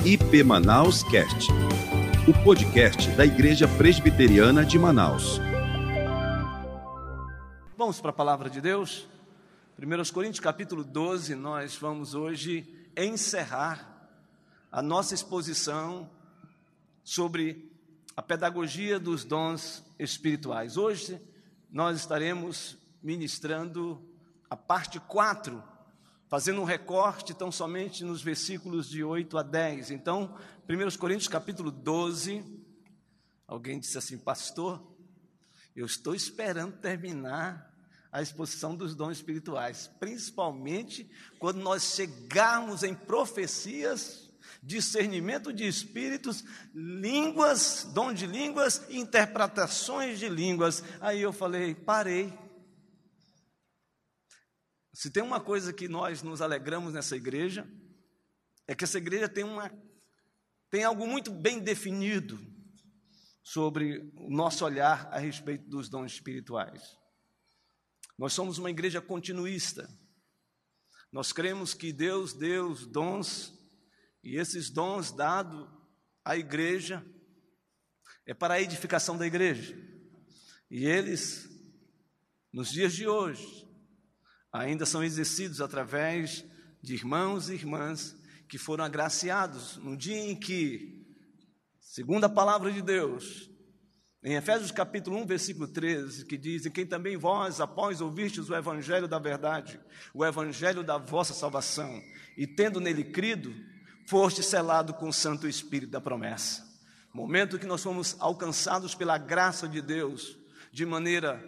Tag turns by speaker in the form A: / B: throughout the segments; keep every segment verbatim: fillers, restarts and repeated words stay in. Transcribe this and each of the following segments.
A: I P Manaus Cast, o podcast da Igreja Presbiteriana de Manaus.
B: Vamos para a palavra de Deus? primeira Coríntios capítulo doze, nós vamos hoje encerrar a nossa exposição sobre a pedagogia dos dons espirituais. Hoje nós estaremos ministrando a parte quatro, fazendo um recorte tão somente nos versículos de oito a dez. Então, primeira Coríntios capítulo doze, alguém disse assim: pastor, eu estou esperando terminar a exposição dos dons espirituais, principalmente quando nós chegarmos em profecias, discernimento de espíritos, línguas, dom de línguas, interpretações de línguas. Aí eu falei, parei. Se tem uma coisa que nós nos alegramos nessa igreja, é que essa igreja tem, uma, tem algo muito bem definido sobre o nosso olhar a respeito dos dons espirituais. Nós somos uma igreja continuista. Nós cremos que Deus deu os dons, e esses dons dados à igreja é para a edificação da igreja. E eles, nos dias de hoje, ainda são exercidos através de irmãos e irmãs que foram agraciados no dia em que, segundo a palavra de Deus, em Efésios capítulo um, versículo treze, que diz: em quem também vós, após ouvistes o evangelho da verdade, o evangelho da vossa salvação, e tendo nele crido, foste selado com o Santo Espírito da promessa. Momento que nós fomos alcançados pela graça de Deus, de maneira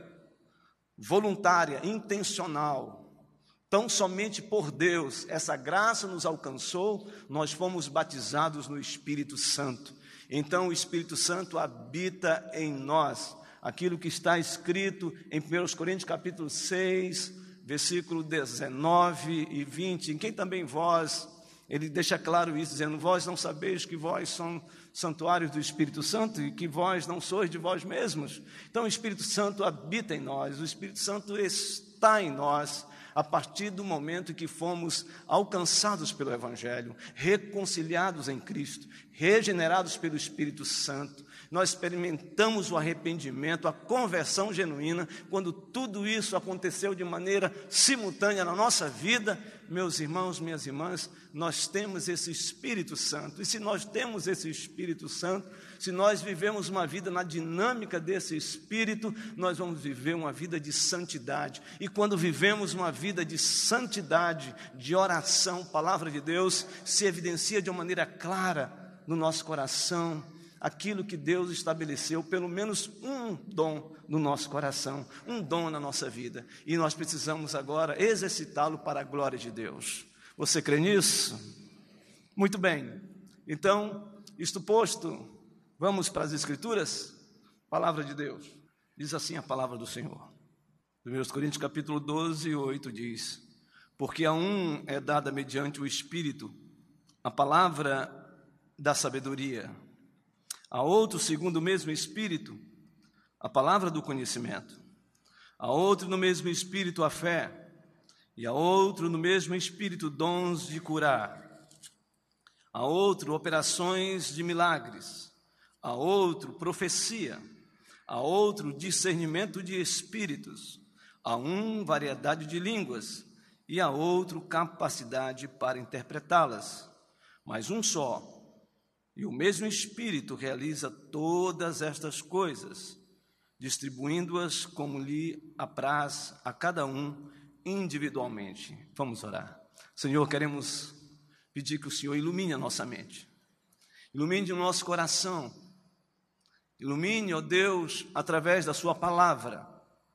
B: voluntária, intencional, tão somente por Deus, essa graça nos alcançou, nós fomos batizados no Espírito Santo. Então o Espírito Santo habita em nós, aquilo que está escrito em primeira Coríntios capítulo seis, versículo dezenove e vinte, em quem também vós, ele deixa claro isso, dizendo: vós não sabeis que vós sois santuários do Espírito Santo e que vós não sois de vós mesmos. Então o Espírito Santo habita em nós, o Espírito Santo está em nós, a partir do momento em que fomos alcançados pelo Evangelho, reconciliados em Cristo, regenerados pelo Espírito Santo. Nós experimentamos o arrependimento, a conversão genuína. Quando tudo isso aconteceu de maneira simultânea na nossa vida, meus irmãos, minhas irmãs, nós temos esse Espírito Santo. E se nós temos esse Espírito Santo, se nós vivemos uma vida na dinâmica desse Espírito, nós vamos viver uma vida de santidade. E quando vivemos uma vida de santidade, de oração, palavra de Deus, se evidencia de uma maneira clara no nosso coração aquilo que Deus estabeleceu, pelo menos um dom no nosso coração, um dom na nossa vida, e nós precisamos agora exercitá-lo para a glória de Deus. Você crê nisso? Muito bem. Então, isto posto, vamos para as Escrituras? Palavra de Deus. Diz assim a palavra do Senhor. primeira Coríntios capítulo doze, oito diz: porque a um é dada mediante o Espírito a palavra da sabedoria, a outro, segundo o mesmo Espírito, a palavra do conhecimento, a outro no mesmo Espírito a fé, e a outro no mesmo Espírito dons de curar, a outro operações de milagres, a outro profecia, a outro discernimento de espíritos, a um variedade de línguas, e a outro capacidade para interpretá-las. Mas um só, e o mesmo Espírito realiza todas estas coisas, distribuindo-as como lhe apraz a cada um individualmente. Vamos orar. Senhor, queremos pedir que o Senhor ilumine a nossa mente, ilumine o nosso coração, ilumine, ó Deus, através da sua palavra.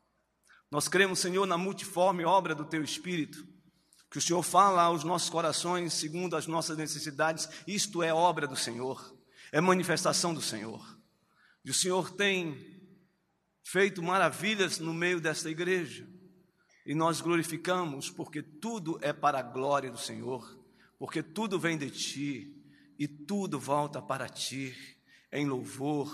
B: Nós cremos, Senhor, na multiforme obra do Teu Espírito, que o Senhor fala aos nossos corações segundo as nossas necessidades. Isto é obra do Senhor, é manifestação do Senhor. E o Senhor tem feito maravilhas no meio desta igreja, e nós glorificamos, porque tudo é para a glória do Senhor, porque tudo vem de Ti, e tudo volta para Ti, em louvor,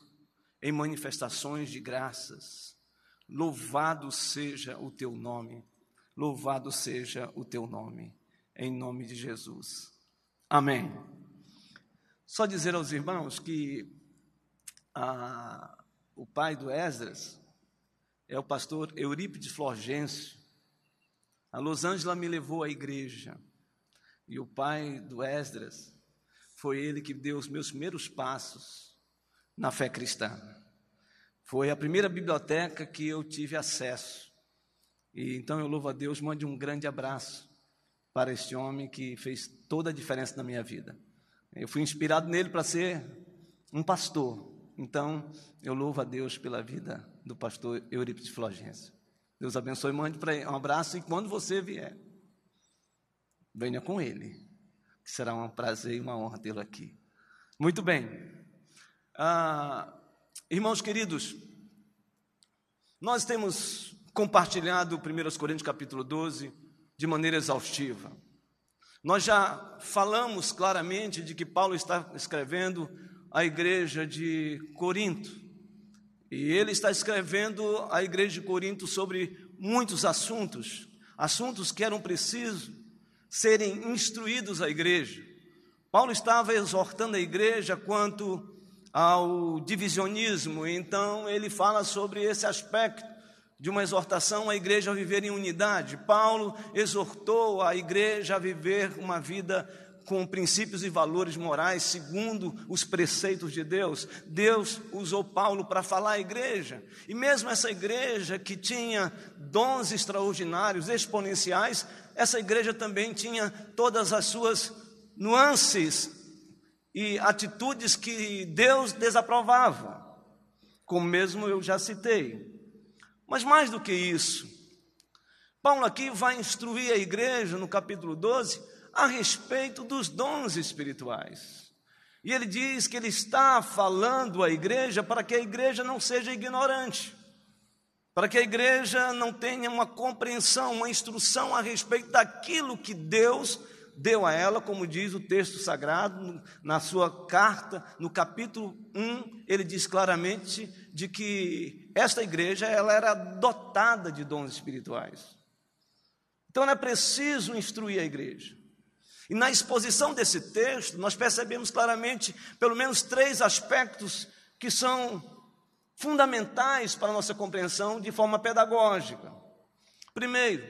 B: em manifestações de graças. Louvado seja o Teu nome. Louvado seja o Teu nome, em nome de Jesus. Amém. Só dizer aos irmãos que a, o pai do Esdras é o pastor Eurípides Florgêncio. A Rosângela me levou à igreja, e o pai do Esdras foi ele que deu os meus primeiros passos na fé cristã. Foi a primeira biblioteca que eu tive acesso. E então eu louvo a Deus, mande um grande abraço para este homem que fez toda a diferença na minha vida. Eu fui inspirado nele para ser um pastor. Então, eu louvo a Deus pela vida do pastor Eurípides Florgêncio. Deus abençoe, mande para ele um abraço, e quando você vier, venha com ele, que será um prazer e uma honra tê-lo aqui. Muito bem. Ah, irmãos queridos, nós temos compartilhado primeira Coríntios capítulo doze de maneira exaustiva. Nós já falamos claramente de que Paulo está escrevendo à igreja de Corinto. E ele está escrevendo à igreja de Corinto sobre muitos assuntos, assuntos que eram precisos serem instruídos à igreja. Paulo estava exortando a igreja quanto ao divisionismo, então ele fala sobre esse aspecto de uma exortação à igreja a viver em unidade. Paulo exortou a igreja a viver uma vida com princípios e valores morais segundo os preceitos de Deus. Deus usou Paulo para falar à igreja, e mesmo essa igreja que tinha dons extraordinários, exponenciais, essa igreja também tinha todas as suas nuances e atitudes que Deus desaprovava, como mesmo eu já citei. Mas mais do que isso, Paulo aqui vai instruir a igreja no capítulo doze a respeito dos dons espirituais. E ele diz que ele está falando à igreja para que a igreja não seja ignorante, para que a igreja não tenha uma compreensão, uma instrução a respeito daquilo que Deus deu a ela, como diz o texto sagrado, na sua carta, no capítulo um, ele diz claramente de que esta igreja ela era dotada de dons espirituais. Então é preciso instruir a igreja. E na exposição desse texto, nós percebemos claramente pelo menos três aspectos que são fundamentais para a nossa compreensão de forma pedagógica. Primeiro,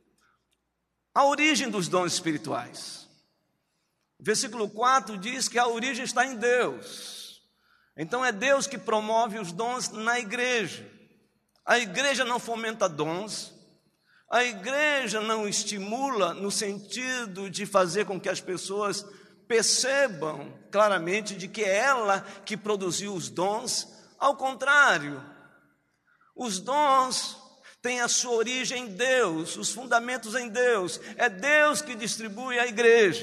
B: a origem dos dons espirituais. O versículo quatro diz que a origem está em Deus. Então é Deus que promove os dons na igreja. A igreja não fomenta dons. A igreja não estimula no sentido de fazer com que as pessoas percebam claramente de que é ela que produziu os dons. Ao contrário, os dons têm a sua origem em Deus, os fundamentos em Deus. É Deus que distribui a igreja.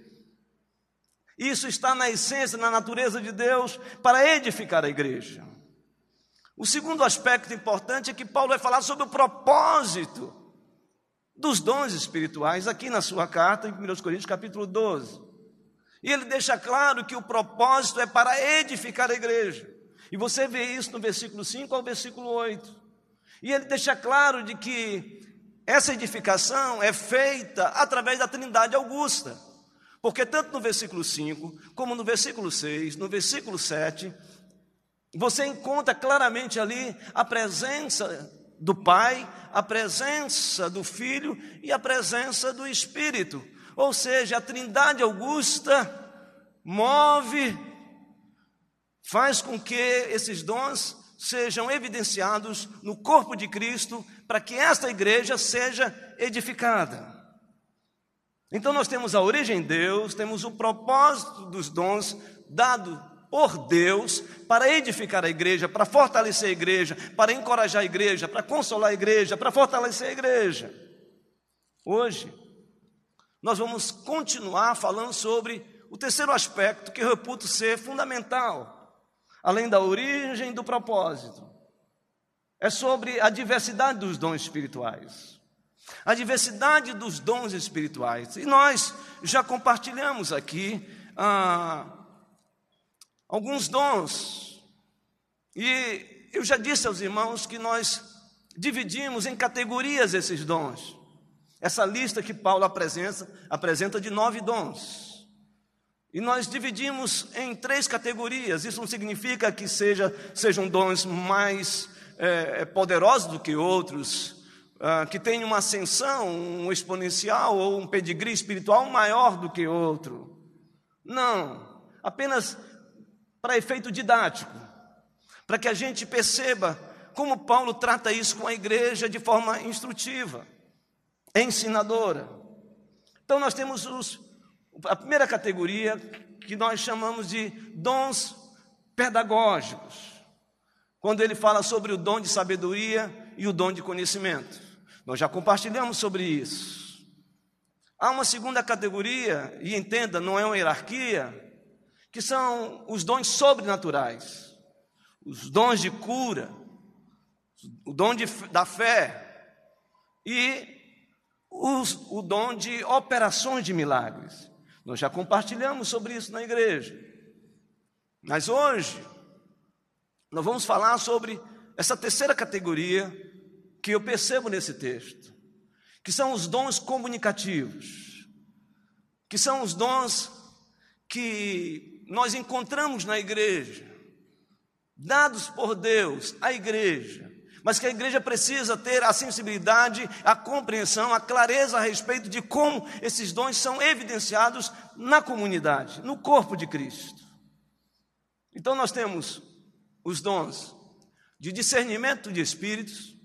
B: Isso está na essência, na natureza de Deus para edificar a igreja. O segundo aspecto importante é que Paulo vai falar sobre o propósito dos dons espirituais, aqui na sua carta, em primeira Coríntios capítulo doze. E ele deixa claro que o propósito é para edificar a igreja. E você vê isso no versículo cinco ao versículo oito. E ele deixa claro de que essa edificação é feita através da Trindade Augusta. Porque tanto no versículo cinco, como no versículo seis, no versículo sete, você encontra claramente ali a presença do Pai, a presença do Filho e a presença do Espírito. Ou seja, a Trindade Augusta move, faz com que esses dons sejam evidenciados no corpo de Cristo, para que esta igreja seja edificada. Então nós temos a origem em Deus, temos o propósito dos dons dado por Deus para edificar a igreja, para fortalecer a igreja, para encorajar a igreja, para consolar a igreja, para fortalecer a igreja. Hoje, nós vamos continuar falando sobre o terceiro aspecto que eu reputo ser fundamental, além da origem e do propósito. É sobre a diversidade dos dons espirituais. A diversidade dos dons espirituais. E nós já compartilhamos aqui ah, alguns dons. E eu já disse aos irmãos que nós dividimos em categorias esses dons. Essa lista que Paulo apresenta, apresenta de nove dons. E nós dividimos em três categorias. Isso não significa que seja, sejam dons mais é, poderosos do que outros, ah, que tenham uma ascensão, um exponencial ou um pedigree espiritual maior do que outro. Não, apenas para efeito didático, para que a gente perceba como Paulo trata isso com a igreja de forma instrutiva, ensinadora. Então nós temos os a primeira categoria, que nós chamamos de dons pedagógicos, quando ele fala sobre o dom de sabedoria e o dom de conhecimento. Nós já compartilhamos sobre isso. Há uma segunda categoria, e entenda, não é uma hierarquia, que são os dons sobrenaturais, os dons de cura, o dom de, da fé e os, o dom de operações de milagres. Nós já compartilhamos sobre isso na igreja. Mas hoje, nós vamos falar sobre essa terceira categoria que eu percebo nesse texto, que são os dons comunicativos, que são os dons que nós encontramos na igreja, dados por Deus à igreja, mas que a igreja precisa ter a sensibilidade, a compreensão, a clareza a respeito de como esses dons são evidenciados na comunidade, no corpo de Cristo. Então nós temos os dons de discernimento de espíritos,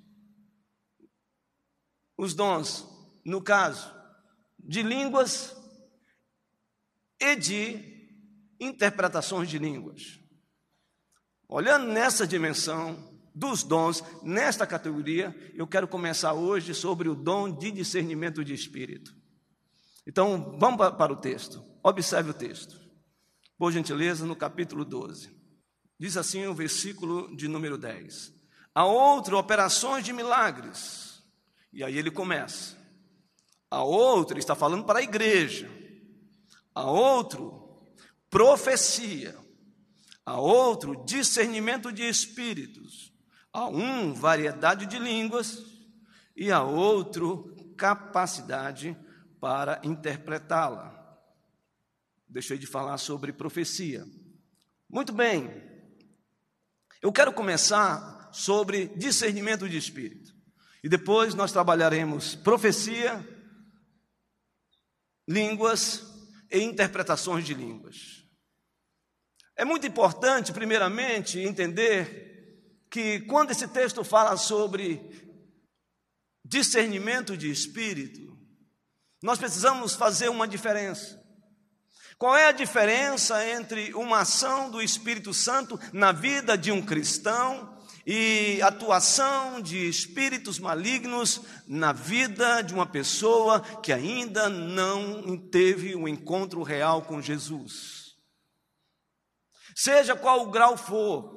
B: os dons, no caso, de línguas e de interpretações de línguas. Olhando nessa dimensão dos dons, nesta categoria, eu quero começar hoje sobre o dom de discernimento de espírito. Então, vamos para o texto. Observe o texto. Por gentileza, no capítulo doze. Diz assim o versículo de número dez. Há outro, operações de milagres. E aí ele começa. Há outro, ele está falando para a igreja. Há outro, profecia. Há outro, discernimento de espíritos. Há um, variedade de línguas, e há outro, capacidade para interpretá-la. Deixei de falar sobre profecia. Muito bem, eu quero começar sobre discernimento de espírito, e depois nós trabalharemos profecia, línguas e interpretações de línguas. É muito importante, primeiramente, entender que quando esse texto fala sobre discernimento de espírito, nós precisamos fazer uma diferença. Qual é a diferença entre uma ação do Espírito Santo na vida de um cristão e atuação de espíritos malignos na vida de uma pessoa que ainda não teve um encontro real com Jesus? Seja qual o grau for,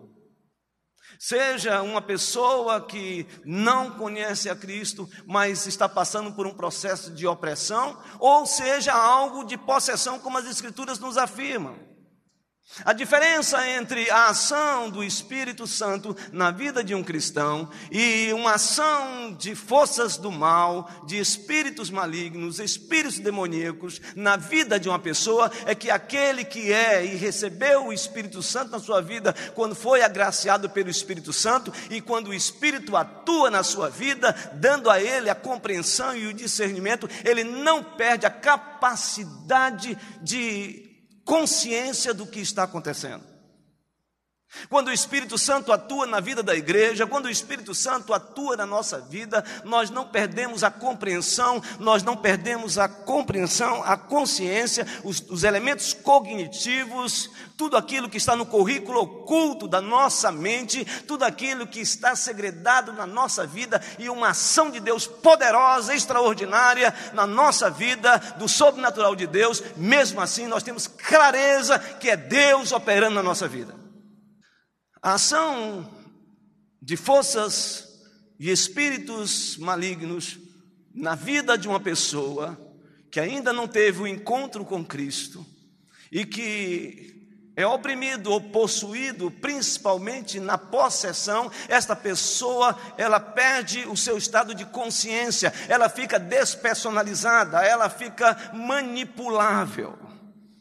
B: seja uma pessoa que não conhece a Cristo, mas está passando por um processo de opressão, ou seja algo de possessão, como as Escrituras nos afirmam. A diferença entre a ação do Espírito Santo na vida de um cristão e uma ação de forças do mal, de espíritos malignos, espíritos demoníacos na vida de uma pessoa é que aquele que é e recebeu o Espírito Santo na sua vida, quando foi agraciado pelo Espírito Santo e quando o Espírito atua na sua vida, dando a ele a compreensão e o discernimento, ele não perde a capacidade de consciência do que está acontecendo. Quando o Espírito Santo atua na vida da igreja, quando o Espírito Santo atua na nossa vida, nós não perdemos a compreensão, nós não perdemos a compreensão, a consciência, os, os elementos cognitivos, tudo aquilo que está no currículo oculto da nossa mente, tudo aquilo que está segredado na nossa vida e uma ação de Deus poderosa, extraordinária na nossa vida, do sobrenatural de Deus. Mesmo assim, nós temos clareza que é Deus operando na nossa vida. A ação de forças e espíritos malignos na vida de uma pessoa que ainda não teve o encontro com Cristo e que é oprimido ou possuído principalmente na possessão, esta pessoa, ela perde o seu estado de consciência, ela fica despersonalizada, ela fica manipulável.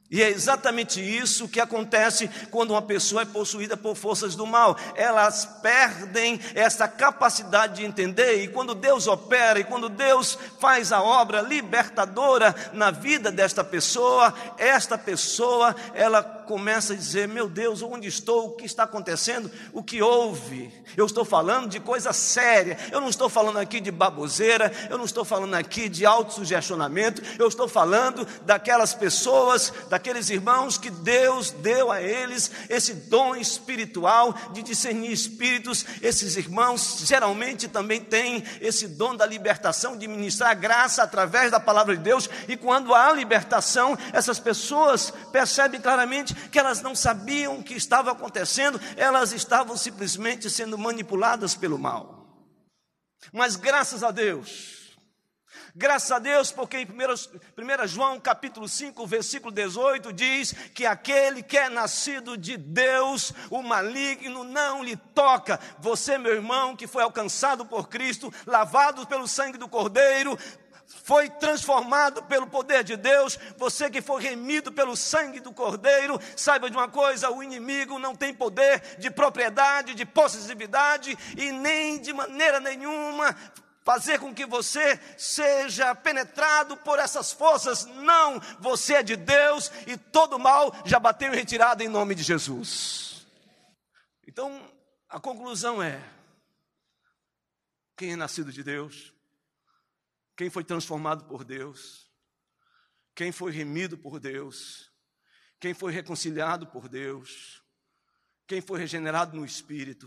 B: E é exatamente isso que acontece quando uma pessoa é possuída por forças do mal. Elas perdem essa capacidade de entender, e quando Deus opera, e quando Deus faz a obra libertadora na vida desta pessoa, esta pessoa, ela começa a dizer: meu Deus, onde estou? O que está acontecendo? O que houve? Eu estou falando de coisa séria. Eu não estou falando aqui de baboseira, eu não estou falando aqui de autossugestionamento, eu estou falando daquelas pessoas, daqueles irmãos que Deus deu a eles esse dom espiritual de discernir espíritos. Esses irmãos geralmente também têm esse dom da libertação, de ministrar graça através da palavra de Deus, e quando há libertação, essas pessoas percebem claramente que elas não sabiam o que estava acontecendo, elas estavam simplesmente sendo manipuladas pelo mal. Mas graças a Deus, graças a Deus, porque em primeiro João capítulo cinco, versículo dezoito, diz que aquele que é nascido de Deus, o maligno não lhe toca. Você, meu irmão, que foi alcançado por Cristo, lavado pelo sangue do Cordeiro, foi transformado pelo poder de Deus, você que foi remido pelo sangue do Cordeiro, saiba de uma coisa: o inimigo não tem poder de propriedade, de possessividade, e nem de maneira nenhuma fazer com que você seja penetrado por essas forças. Não, você é de Deus, e todo mal já bateu em retirada em nome de Jesus. Então, a conclusão é: quem é nascido de Deus, quem foi transformado por Deus, quem foi remido por Deus, quem foi reconciliado por Deus, quem foi regenerado no Espírito,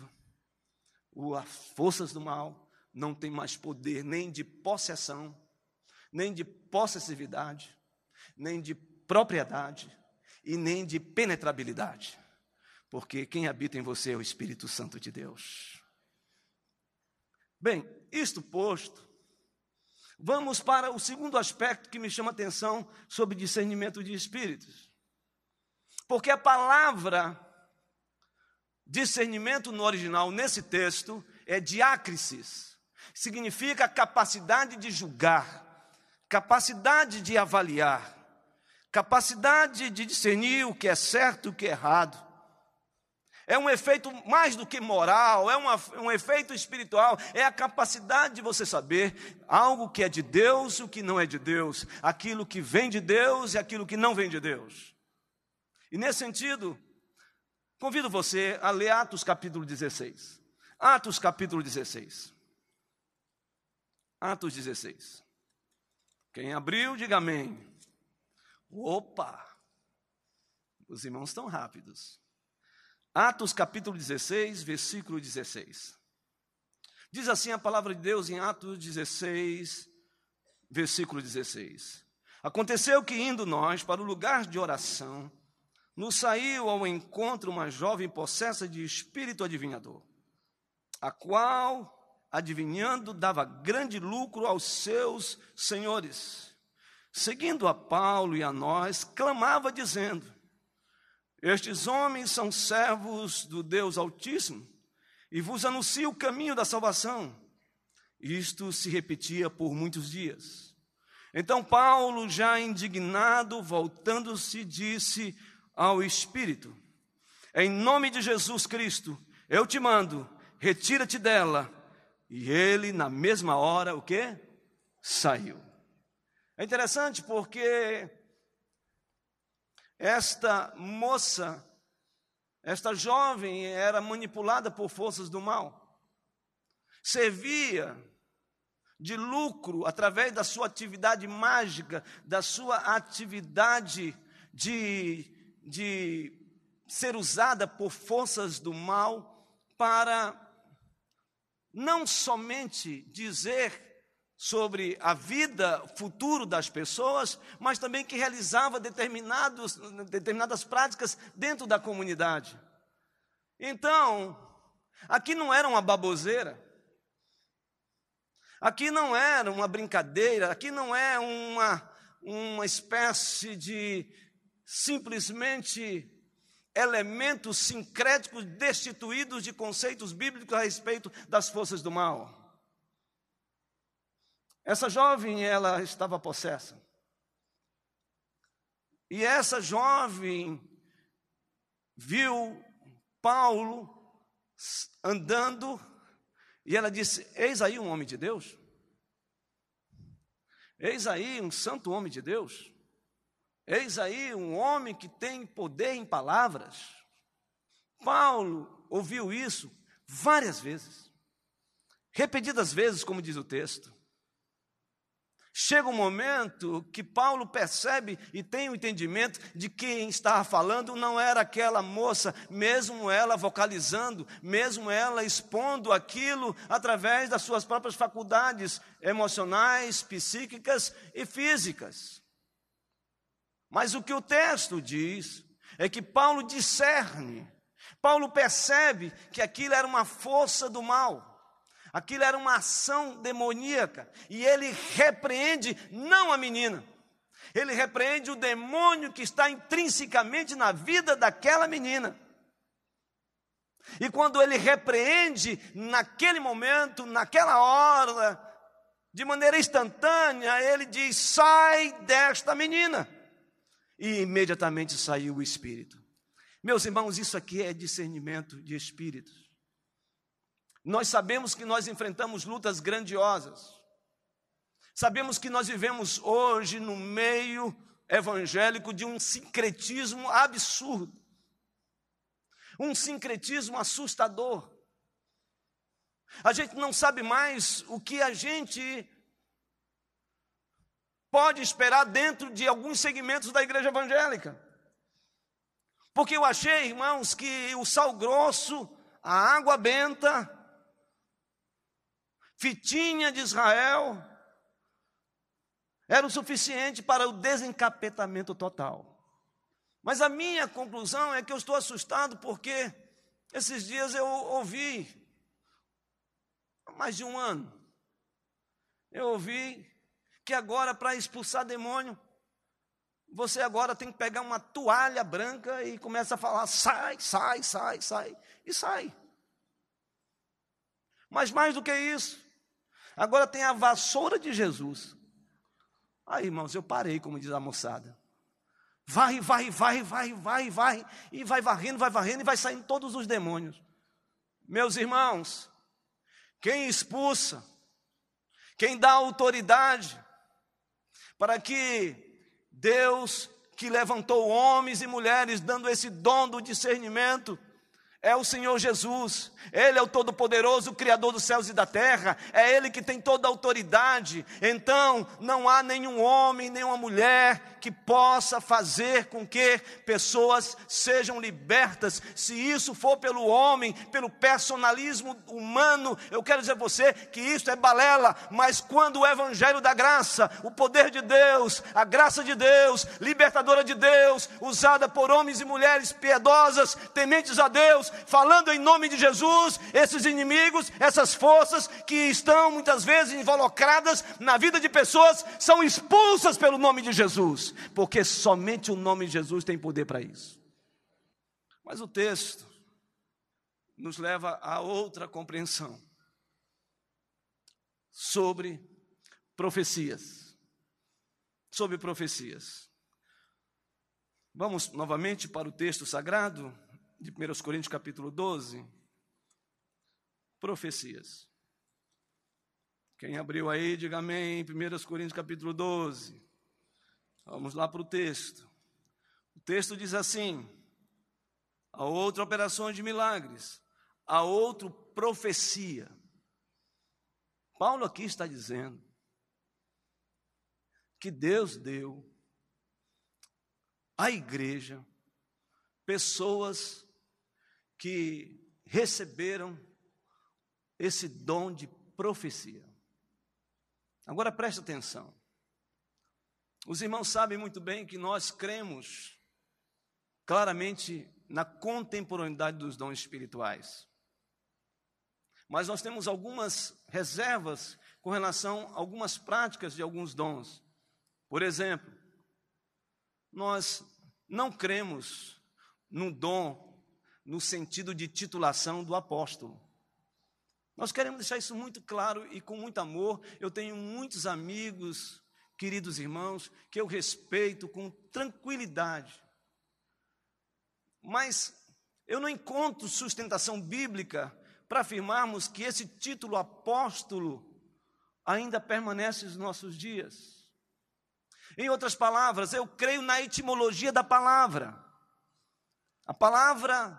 B: as forças do mal não tem mais poder nem de possessão, nem de possessividade, nem de propriedade e nem de penetrabilidade, porque quem habita em você é o Espírito Santo de Deus. Bem, isto posto, vamos para o segundo aspecto que me chama a atenção sobre discernimento de espíritos. Porque a palavra discernimento no original, nesse texto, é diácrisis. Significa capacidade de julgar, capacidade de avaliar, capacidade de discernir o que é certo e o que é errado. É um efeito mais do que moral, é uma, um efeito espiritual, é a capacidade de você saber algo que é de Deus e o que não é de Deus, aquilo que vem de Deus e aquilo que não vem de Deus. E nesse sentido, convido você a ler Atos capítulo dezesseis. Atos capítulo dezesseis. Atos dezesseis. Quem abriu, diga amém. Opa! Os irmãos estão rápidos. Atos capítulo dezesseis, versículo dezesseis. Diz assim a palavra de Deus em Atos dezesseis, versículo dezesseis. Aconteceu que, indo nós para o lugar de oração, nos saiu ao encontro uma jovem possessa de espírito adivinhador, a qual, adivinhando, dava grande lucro aos seus senhores. Seguindo a Paulo e a nós, clamava dizendo: estes homens são servos do Deus Altíssimo, e vos anuncio o caminho da salvação. Isto se repetia por muitos dias. Então Paulo, já indignado, voltando-se, disse ao Espírito: em nome de Jesus Cristo, eu te mando, retira-te dela. E ele, na mesma hora, o quê? Saiu. É interessante porque esta moça, esta jovem, era manipulada por forças do mal, servia de lucro através da sua atividade mágica, da sua atividade de, de ser usada por forças do mal para não somente dizer sobre a vida futuro das pessoas, mas também que realizava determinados, determinadas práticas dentro da comunidade. Então, aqui não era uma baboseira, aqui não era uma brincadeira, aqui não é uma, uma espécie de simplesmente elementos sincréticos destituídos de conceitos bíblicos a respeito das forças do mal. Essa jovem, ela estava possessa. E essa jovem viu Paulo andando e ela disse: eis aí um homem de Deus, eis aí um santo homem de Deus, eis aí um homem que tem poder em palavras. Paulo ouviu isso várias vezes, repetidas vezes, como diz o texto. Chega um momento que Paulo percebe e tem o entendimento de que quem estava falando não era aquela moça, mesmo ela vocalizando, mesmo ela expondo aquilo através das suas próprias faculdades emocionais, psíquicas e físicas. Mas o que o texto diz é que Paulo discerne, Paulo percebe que aquilo era uma força do mal. Aquilo era uma ação demoníaca, e ele repreende não a menina, ele repreende o demônio que está intrinsecamente na vida daquela menina. E quando ele repreende naquele momento, naquela hora, de maneira instantânea, ele diz: sai desta menina. E imediatamente saiu o espírito. Meus irmãos, isso aqui é discernimento de espíritos. Nós sabemos que nós enfrentamos lutas grandiosas. Sabemos que nós vivemos hoje no meio evangélico de um sincretismo absurdo. Um sincretismo assustador. A gente não sabe mais o que a gente pode esperar dentro de alguns segmentos da igreja evangélica. Porque eu achei, irmãos, que o sal grosso, a água benta, fitinha de Israel, era o suficiente para o desencapetamento total. Mas a minha conclusão é que eu estou assustado porque esses dias eu ouvi, há mais de um ano, eu ouvi que agora, para expulsar demônio, você agora tem que pegar uma toalha branca e começa a falar: sai, sai, sai, sai, e sai. Mas mais do que isso, agora tem a vassoura de Jesus. Aí, irmãos, eu parei, como diz a moçada. Vai, vai, vai, vai, vai, vai, e vai varrendo, vai varrendo, e vai saindo todos os demônios. Meus irmãos, quem expulsa, quem dá autoridade para que Deus, que levantou homens e mulheres, dando esse dom do discernimento, é o Senhor Jesus. Ele é o Todo-Poderoso, o Criador dos céus e da terra. É Ele que tem toda a autoridade. Então, não há nenhum homem, nenhuma mulher que possa fazer com que pessoas sejam libertas. Se isso for pelo homem, pelo personalismo humano, eu quero dizer a você que isso é balela. Mas quando o Evangelho da graça, o poder de Deus, a graça de Deus, libertadora de Deus, usada por homens e mulheres piedosas, tementes a Deus, falando em nome de Jesus, esses inimigos, essas forças que estão muitas vezes involucradas na vida de pessoas, são expulsas pelo nome de Jesus, porque somente o nome de Jesus tem poder para isso. Mas o texto nos leva a outra compreensão sobre profecias. Sobre profecias. Vamos novamente para o texto sagrado de primeira Coríntios capítulo doze, profecias. Quem abriu aí, diga amém, primeira Coríntios capítulo doze. Vamos lá para o texto. O texto diz assim: a outra operações de milagres, a outro profecia. Paulo aqui está dizendo que Deus deu à igreja pessoas que receberam esse dom de profecia. Agora preste atenção. Os irmãos sabem muito bem que nós cremos claramente na contemporaneidade dos dons espirituais. Mas nós temos algumas reservas com relação a algumas práticas de alguns dons. Por exemplo, nós não cremos num dom no sentido de titulação do apóstolo. Nós queremos deixar isso muito claro e com muito amor. Eu tenho muitos amigos queridos irmãos, que eu respeito com tranquilidade. Mas eu não encontro sustentação bíblica para afirmarmos que esse título apóstolo ainda permanece nos nossos dias. Em outras palavras, eu creio na etimologia da palavra. A palavra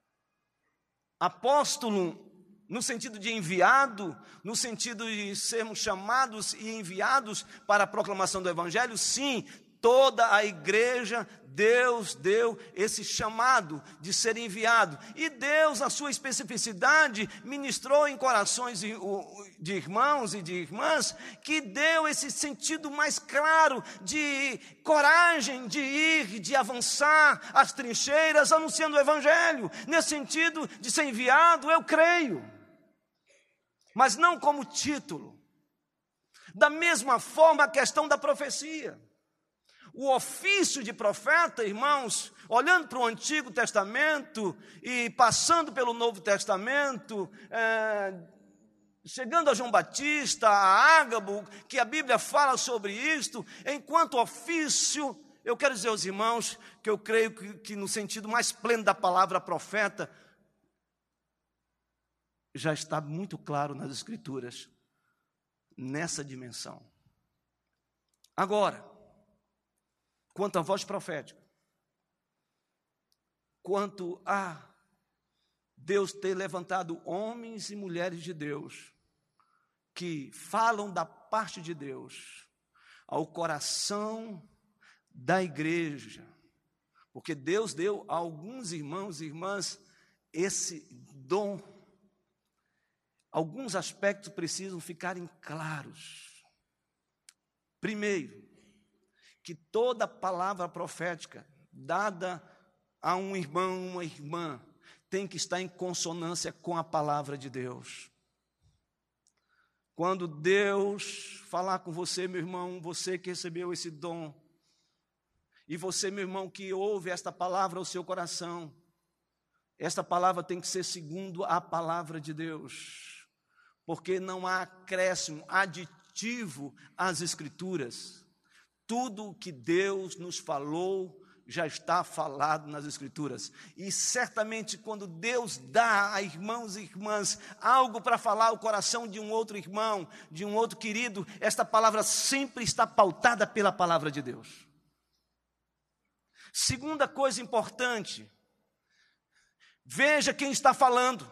B: apóstolo, no sentido de enviado, no sentido de sermos chamados e enviados para a proclamação do Evangelho, sim, toda a igreja, Deus deu esse chamado de ser enviado. E Deus, na sua especificidade, ministrou em corações de irmãos e de irmãs, que deu esse sentido mais claro de coragem de ir, de avançar as trincheiras, anunciando o Evangelho. Nesse sentido de ser enviado, eu creio. Mas não como título. Da mesma forma, a questão da profecia. O ofício de profeta, irmãos, olhando para o Antigo Testamento e passando pelo Novo Testamento, é, chegando a João Batista, a Ágabo, que a Bíblia fala sobre isto, enquanto ofício, eu quero dizer aos irmãos que eu creio que, que no sentido mais pleno da palavra profeta, já está muito claro nas Escrituras, nessa dimensão. Agora, quanto à voz profética, quanto a Deus ter levantado homens e mulheres de Deus, que falam da parte de Deus, ao coração da igreja, porque Deus deu a alguns irmãos e irmãs esse dom. Alguns aspectos precisam ficarem claros. Primeiro, que toda palavra profética dada a um irmão, uma irmã, tem que estar em consonância com a palavra de Deus. Quando Deus falar com você, meu irmão, você que recebeu esse dom, e você, meu irmão, que ouve esta palavra ao seu coração, esta palavra tem que ser segundo a palavra de Deus, porque não há acréscimo, aditivo às Escrituras. Tudo o que Deus nos falou já está falado nas Escrituras. E certamente quando Deus dá a irmãos e irmãs algo para falar ao coração de um outro irmão, de um outro querido, esta palavra sempre está pautada pela palavra de Deus. Segunda coisa importante, veja quem está falando.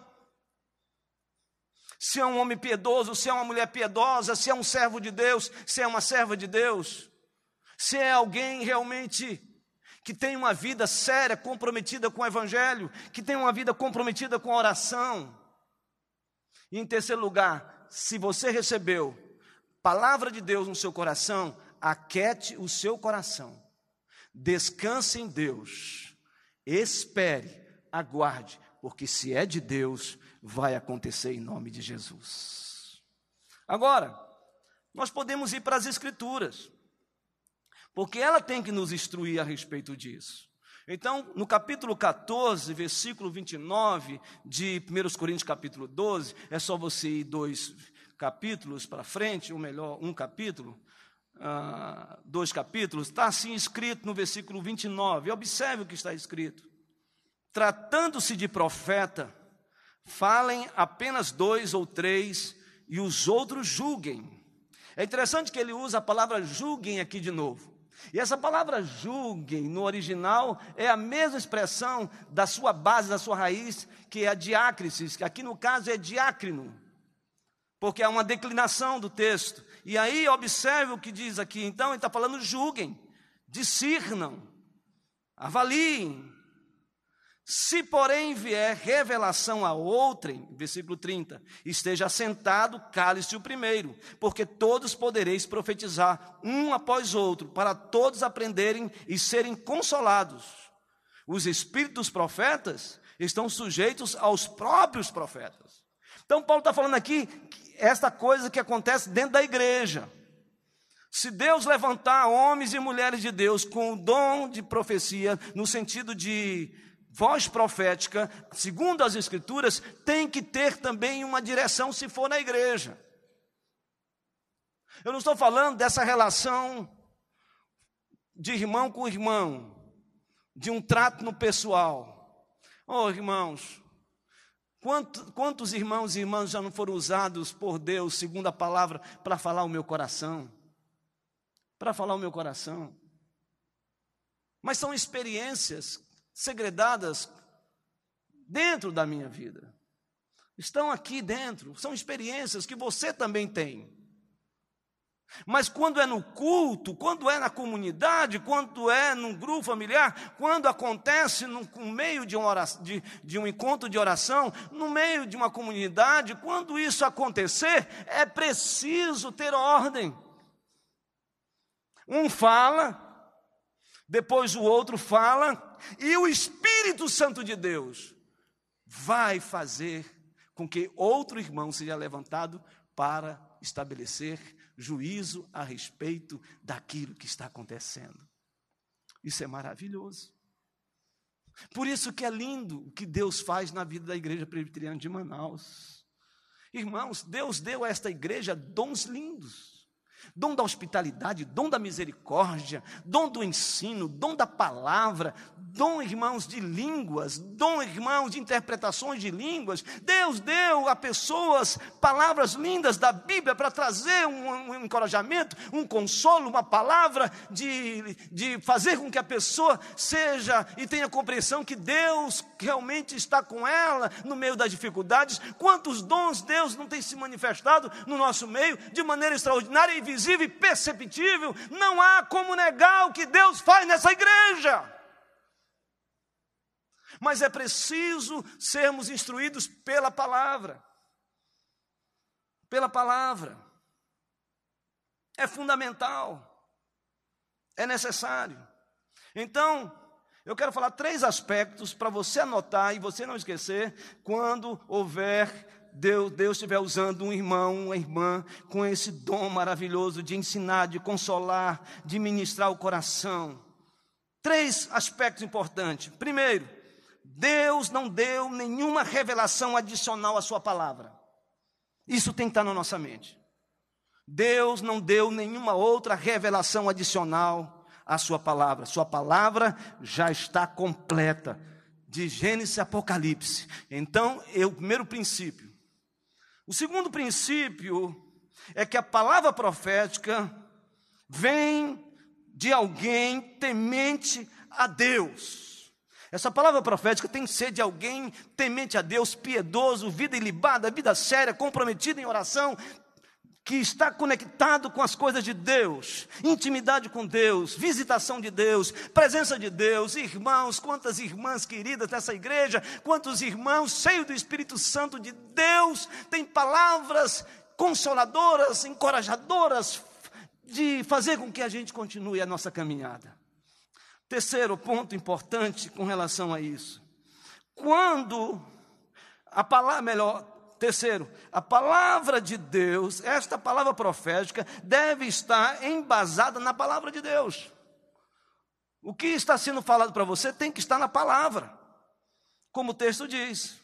B: Se é um homem piedoso, se é uma mulher piedosa, se é um servo de Deus, se é uma serva de Deus, se é alguém realmente que tem uma vida séria, comprometida com o Evangelho, que tem uma vida comprometida com a oração. E em terceiro lugar, se você recebeu palavra de Deus no seu coração, aquete o seu coração, descanse em Deus, espere, aguarde, porque se é de Deus, vai acontecer em nome de Jesus. Agora, nós podemos ir para as Escrituras, porque ela tem que nos instruir a respeito disso. Então, no capítulo catorze, versículo vinte e nove, de primeira Coríntios capítulo doze, é só você ir dois capítulos para frente, ou melhor, um capítulo, uh, dois capítulos, está assim escrito no versículo vinte e nove, observe o que está escrito. Tratando-se de profeta, falem apenas dois ou três, e os outros julguem. É interessante que ele usa a palavra julguem aqui de novo. E essa palavra julguem, no original, é a mesma expressão da sua base, da sua raiz, que é a diácrisis, que aqui no caso é diácrino, porque é uma declinação do texto. E aí, observe o que diz aqui, então, ele está falando julguem, discernam, avaliem. Se, porém, vier revelação a outrem, versículo trinta, esteja assentado, cale-se o primeiro, porque todos podereis profetizar, um após outro, para todos aprenderem e serem consolados. Os espíritos dos profetas estão sujeitos aos próprios profetas. Então, Paulo está falando aqui, esta coisa que acontece dentro da igreja. Se Deus levantar homens e mulheres de Deus com o dom de profecia, no sentido de voz profética, segundo as Escrituras, tem que ter também uma direção se for na igreja. Eu não estou falando dessa relação de irmão com irmão, de um trato no pessoal. Oh, irmãos, quantos, quantos irmãos e irmãs já não foram usados por Deus, segundo a palavra, para falar o meu coração? Para falar o meu coração. Mas são experiências segredadas dentro da minha vida. Estão aqui dentro, são experiências que você também tem. Mas quando é no culto, quando é na comunidade, quando é num grupo familiar, quando acontece no, no meio de, uma oração, de, de um encontro de oração, no meio de uma comunidade, quando isso acontecer, é preciso ter ordem. Um fala, depois o outro fala, e o Espírito Santo de Deus vai fazer com que outro irmão seja levantado para estabelecer juízo a respeito daquilo que está acontecendo. Isso é maravilhoso. Por isso que é lindo o que Deus faz na vida da Igreja Presbiteriana de Manaus. Irmãos, Deus deu a esta igreja dons lindos. Dom da hospitalidade, dom da misericórdia, dom do ensino, dom da palavra, dom, irmãos, de línguas, dom, irmãos, de interpretações de línguas. Deus deu a pessoas palavras lindas da Bíblia para trazer um, um encorajamento, um consolo, uma palavra de, de fazer com que a pessoa seja e tenha compreensão que Deus realmente está com ela no meio das dificuldades. Quantos dons Deus não tem se manifestado no nosso meio de maneira extraordinária e visível e perceptível. Não há como negar o que Deus faz nessa igreja. Mas é preciso sermos instruídos pela palavra. Pela palavra. É fundamental. É necessário. Então, eu quero falar três aspectos para você anotar e você não esquecer quando houver Deus, Deus estiver usando um irmão, uma irmã, com esse dom maravilhoso de ensinar, de consolar, de ministrar o coração. Três aspectos importantes. Primeiro, Deus não deu nenhuma revelação adicional à sua palavra. Isso tem que estar na nossa mente. Deus não deu nenhuma outra revelação adicional à sua palavra. Sua palavra já está completa, de Gênesis a Apocalipse. Então, é o primeiro princípio. O segundo princípio é que a palavra profética vem de alguém temente a Deus. Essa palavra profética tem que ser de alguém temente a Deus, piedoso, vida ilibada, vida séria, comprometido em oração, que está conectado com as coisas de Deus, intimidade com Deus, visitação de Deus, presença de Deus. Irmãos, quantas irmãs queridas nessa igreja, quantos irmãos cheios do Espírito Santo de Deus, têm palavras consoladoras, encorajadoras, de fazer com que a gente continue a nossa caminhada. Terceiro ponto importante com relação a isso. Quando a palavra, melhor, Terceiro, a palavra de Deus, esta palavra profética, deve estar embasada na palavra de Deus. O que está sendo falado para você tem que estar na palavra, como o texto diz.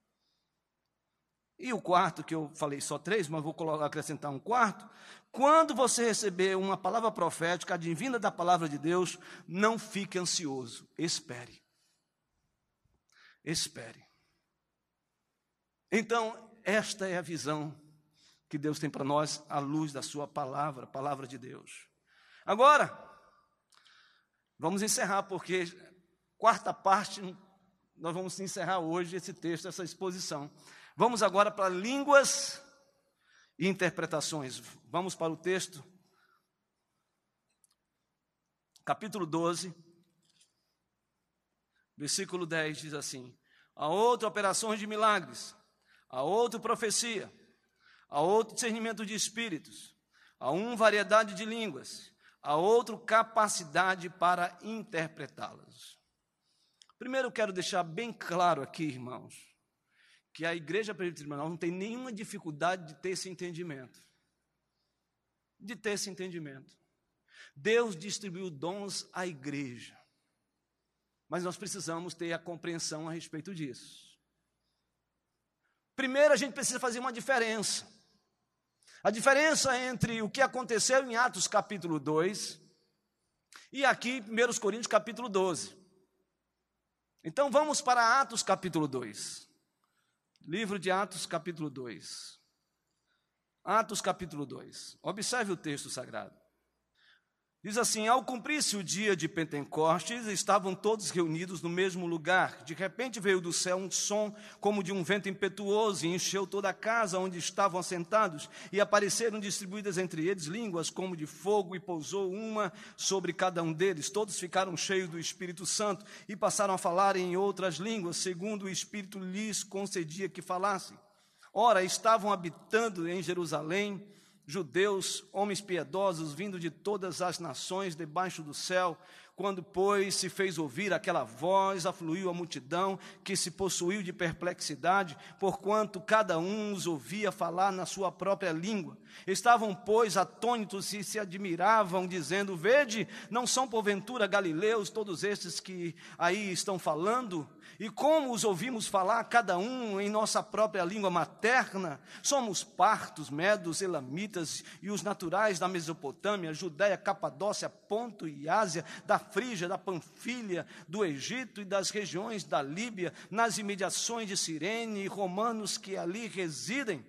B: E o quarto, que eu falei só três, mas vou acrescentar um quarto. Quando você receber uma palavra profética, advinda da palavra de Deus, não fique ansioso, espere. Espere. Então, esta é a visão que Deus tem para nós, à luz da sua palavra, a palavra de Deus. Agora, vamos encerrar, porque quarta parte, nós vamos encerrar hoje esse texto, essa exposição. Vamos agora para línguas e interpretações. Vamos para o texto, capítulo doze, versículo dez, diz assim: a outra operações de milagres, a outra profecia, a outro discernimento de espíritos, a um variedade de línguas, a outro capacidade para interpretá-las. Primeiro eu quero deixar bem claro aqui, irmãos, que a Igreja Presbiteriana não tem nenhuma dificuldade de ter esse entendimento. De ter esse entendimento. Deus distribuiu dons à igreja, mas nós precisamos ter a compreensão a respeito disso. Primeiro, a gente precisa fazer uma diferença. A diferença entre o que aconteceu em Atos capítulo dois e aqui em primeira Coríntios capítulo doze. Então vamos para Atos capítulo dois. Livro de Atos capítulo dois. Atos capítulo dois. Observe o texto sagrado. Diz assim: ao cumprir-se o dia de Pentecostes, estavam todos reunidos no mesmo lugar. De repente veio do céu um som como de um vento impetuoso e encheu toda a casa onde estavam assentados. E apareceram distribuídas entre eles línguas como de fogo e pousou uma sobre cada um deles. Todos ficaram cheios do Espírito Santo e passaram a falar em outras línguas, segundo o Espírito lhes concedia que falassem. Ora, estavam habitando em Jerusalém judeus, homens piedosos, vindo de todas as nações debaixo do céu. Quando, pois, se fez ouvir aquela voz, afluiu a multidão, que se possuiu de perplexidade, porquanto cada um os ouvia falar na sua própria língua. Estavam, pois, atônitos e se admiravam, dizendo: vede, não são porventura galileus todos estes que aí estão falando? E como os ouvimos falar, cada um em nossa própria língua materna? Somos partos, medos, elamitas e os naturais da Mesopotâmia, Judéia, Capadócia, Ponto e Ásia, da Frígia, da Panfilha, do Egito e das regiões da Líbia, nas imediações de Cirene, e romanos que ali residem.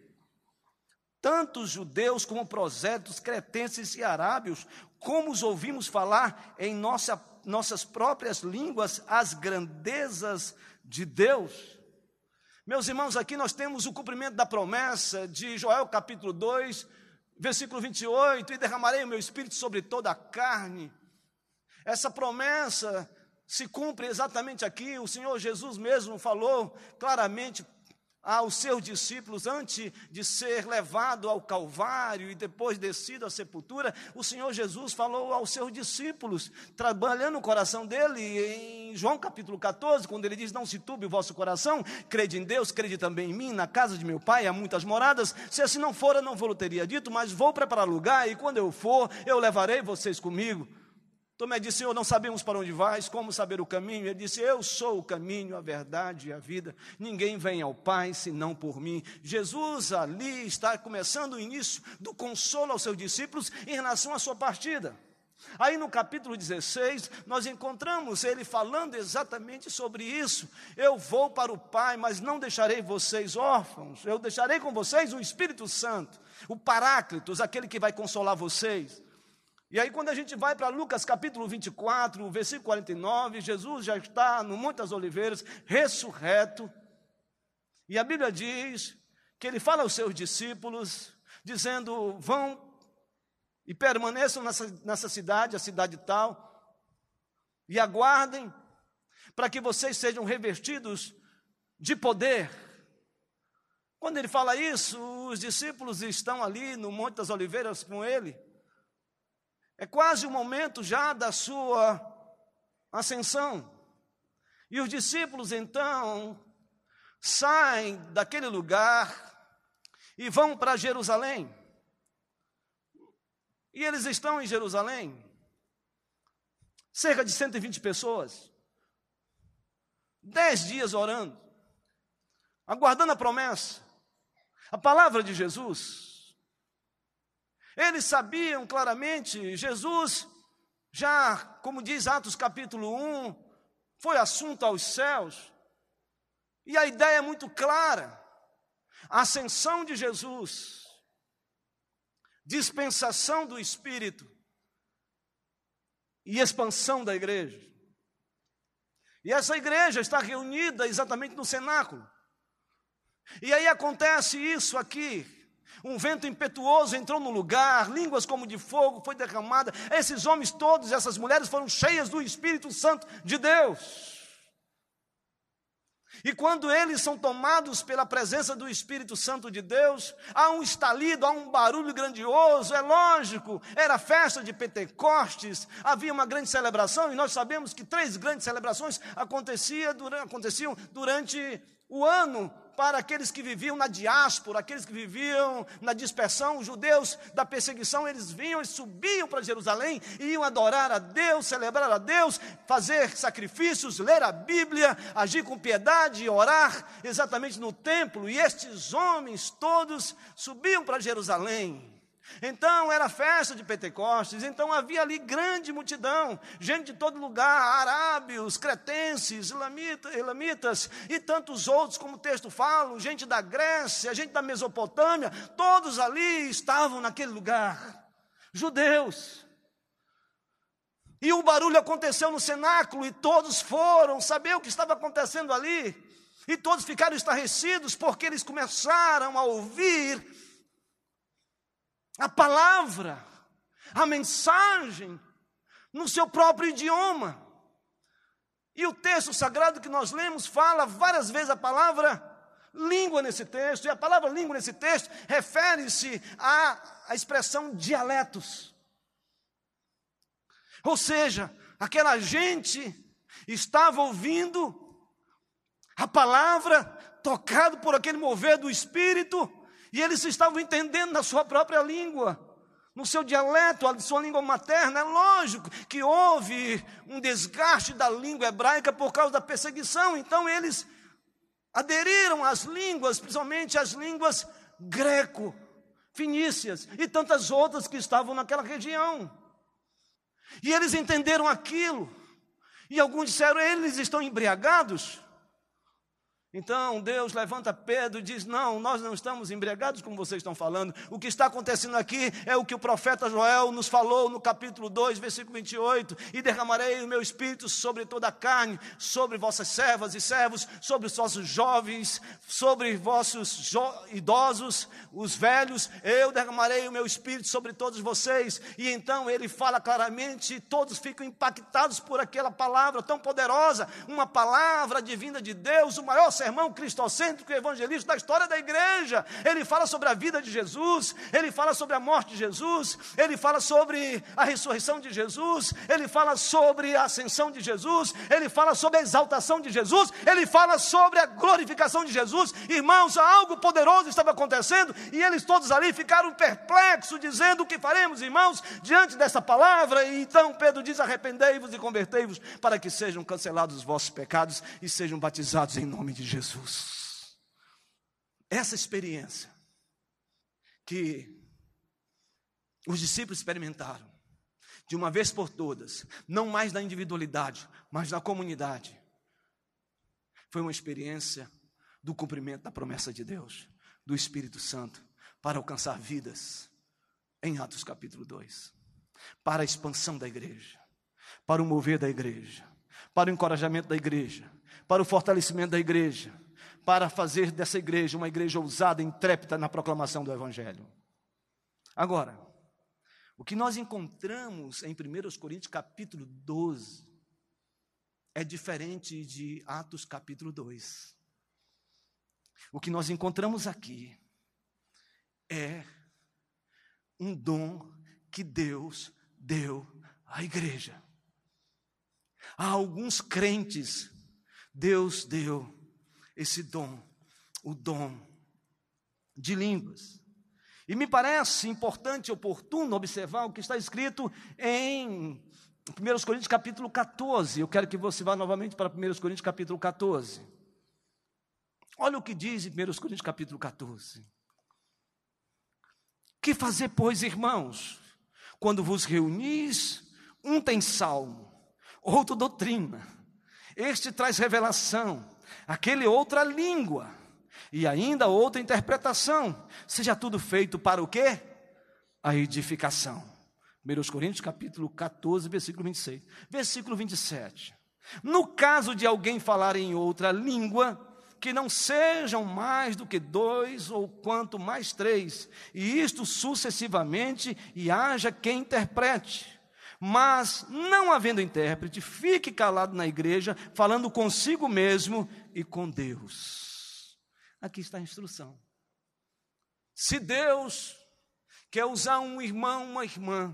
B: Tanto os judeus como prosélitos, cretenses e arábios, como os ouvimos falar em nossa, nossas próprias línguas as grandezas de Deus. Meus irmãos, aqui nós temos o cumprimento da promessa de Joel capítulo dois, versículo vinte e oito, e derramarei o meu espírito sobre toda a carne. Essa promessa se cumpre exatamente aqui. O Senhor Jesus mesmo falou claramente aos seus discípulos, antes de ser levado ao Calvário e depois descido à sepultura. O Senhor Jesus falou aos seus discípulos, trabalhando no coração dele, em João capítulo catorze, quando ele diz: não se turbe o vosso coração, crede em Deus, crede também em mim. Na casa de meu pai há muitas moradas, se assim não fora, não vou-lo teria dito, mas vou preparar lugar, e quando eu for, eu levarei vocês comigo. Tomé disse: Senhor, não sabemos para onde vais, como saber o caminho? Ele disse: eu sou o caminho, a verdade e a vida. Ninguém vem ao Pai senão por mim. Jesus ali está começando o início do consolo aos seus discípulos em relação à sua partida. Aí no capítulo dezesseis, nós encontramos ele falando exatamente sobre isso. Eu vou para o Pai, mas não deixarei vocês órfãos. Eu deixarei com vocês o Espírito Santo, o Paráclitos, aquele que vai consolar vocês. E aí quando a gente vai para Lucas capítulo vinte e quatro, versículo quarenta e nove, Jesus já está no Monte das Oliveiras, ressurreto. E a Bíblia diz que ele fala aos seus discípulos, dizendo: vão e permaneçam nessa, nessa cidade, a cidade tal, e aguardem para que vocês sejam revestidos de poder. Quando ele fala isso, os discípulos estão ali no Monte das Oliveiras com ele. É quase o momento já da sua ascensão. E os discípulos então saem daquele lugar e vão para Jerusalém. E eles estão em Jerusalém, cerca de cento e vinte pessoas, dez dias orando, aguardando a promessa, a palavra de Jesus. Eles sabiam claramente, Jesus já, como diz Atos capítulo um, foi assunto aos céus. E a ideia é muito clara: a ascensão de Jesus, dispensação do Espírito e expansão da igreja. E essa igreja está reunida exatamente no cenáculo. E aí acontece isso aqui. Um vento impetuoso entrou no lugar, línguas como de fogo foi derramada. Esses homens todos, essas mulheres foram cheias do Espírito Santo de Deus. E quando eles são tomados pela presença do Espírito Santo de Deus, há um estalido, há um barulho grandioso. É lógico, era a festa de Pentecostes, havia uma grande celebração, e nós sabemos que três grandes celebrações aconteciam durante, aconteciam durante o ano para aqueles que viviam na diáspora, aqueles que viviam na dispersão, os judeus da perseguição, eles vinham e subiam para Jerusalém, e iam adorar a Deus, celebrar a Deus, fazer sacrifícios, ler a Bíblia, agir com piedade e orar exatamente no templo, e estes homens todos subiam para Jerusalém. Então era festa de Pentecostes, então havia ali grande multidão, gente de todo lugar, arábios, cretenses, elamitas, elamitas e tantos outros, como o texto fala, gente da Grécia, gente da Mesopotâmia, todos ali estavam naquele lugar, judeus. E o barulho aconteceu no cenáculo, e todos foram saber o que estava acontecendo ali, e todos ficaram estarrecidos, porque eles começaram a ouvir a palavra, a mensagem, no seu próprio idioma. E o texto sagrado que nós lemos fala várias vezes a palavra língua nesse texto, e a palavra língua nesse texto refere-se à, à expressão dialetos. Ou seja, aquela gente estava ouvindo a palavra, tocado por aquele mover do Espírito, e eles estavam entendendo na sua própria língua, no seu dialeto, a sua língua materna. É lógico que houve um desgaste da língua hebraica por causa da perseguição, então eles aderiram às línguas, principalmente às línguas greco, fenícias e tantas outras que estavam naquela região. E eles entenderam aquilo, e alguns disseram: eles estão embriagados. Então Deus levanta Pedro e diz: não, nós não estamos embriagados como vocês estão falando. O que está acontecendo aqui é o que o profeta Joel nos falou no capítulo dois, versículo vinte e oito: e derramarei o meu espírito sobre toda a carne, sobre vossas servas e servos, sobre os vossos jovens, sobre vossos idosos, os velhos, eu derramarei o meu espírito sobre todos vocês. E então ele fala claramente, e todos ficam impactados por aquela palavra tão poderosa, uma palavra divina de Deus, o maior sermão cristocêntrico e evangelístico da história da igreja. Ele fala sobre a vida de Jesus, ele fala sobre a morte de Jesus, ele fala sobre a ressurreição de Jesus, ele fala sobre a ascensão de Jesus, ele fala sobre a exaltação de Jesus, ele fala sobre a glorificação de Jesus. Irmãos, algo poderoso estava acontecendo, e eles todos ali ficaram perplexos, dizendo: o que faremos, irmãos, diante dessa palavra? E então Pedro diz: arrependei-vos e convertei-vos, para que sejam cancelados os vossos pecados e sejam batizados em nome de Jesus. Essa experiência que os discípulos experimentaram, de uma vez por todas, não mais na individualidade, mas na comunidade, foi uma experiência do cumprimento da promessa de Deus, do Espírito Santo, para alcançar vidas, em Atos capítulo dois, para a expansão da igreja, para o mover da igreja, para o encorajamento da igreja, para o fortalecimento da igreja, para fazer dessa igreja uma igreja ousada, intrépida na proclamação do Evangelho. Agora, o que nós encontramos em primeira Coríntios capítulo doze é diferente de Atos capítulo dois. O que nós encontramos aqui é um dom que Deus deu à igreja. A alguns crentes, Deus deu esse dom, o dom de línguas. E me parece importante e oportuno observar o que está escrito em primeira Coríntios capítulo catorze. Eu quero que você vá novamente para primeira Coríntios capítulo catorze. Olha o que diz em primeira Coríntios capítulo catorze. Que fazer, pois, irmãos, quando vos reunis? Um tem salmo, outro doutrina, este traz revelação, aquele outra língua, e ainda outra interpretação. Seja tudo feito para o quê? A edificação. primeira Coríntios capítulo catorze, versículo vinte e seis. Versículo vinte e sete. No caso de alguém falar em outra língua, que não sejam mais do que dois, ou quanto mais três, e isto sucessivamente, e haja quem interprete. Mas, não havendo intérprete, fique calado na igreja, falando consigo mesmo e com Deus. Aqui está a instrução. Se Deus quer usar um irmão, uma irmã,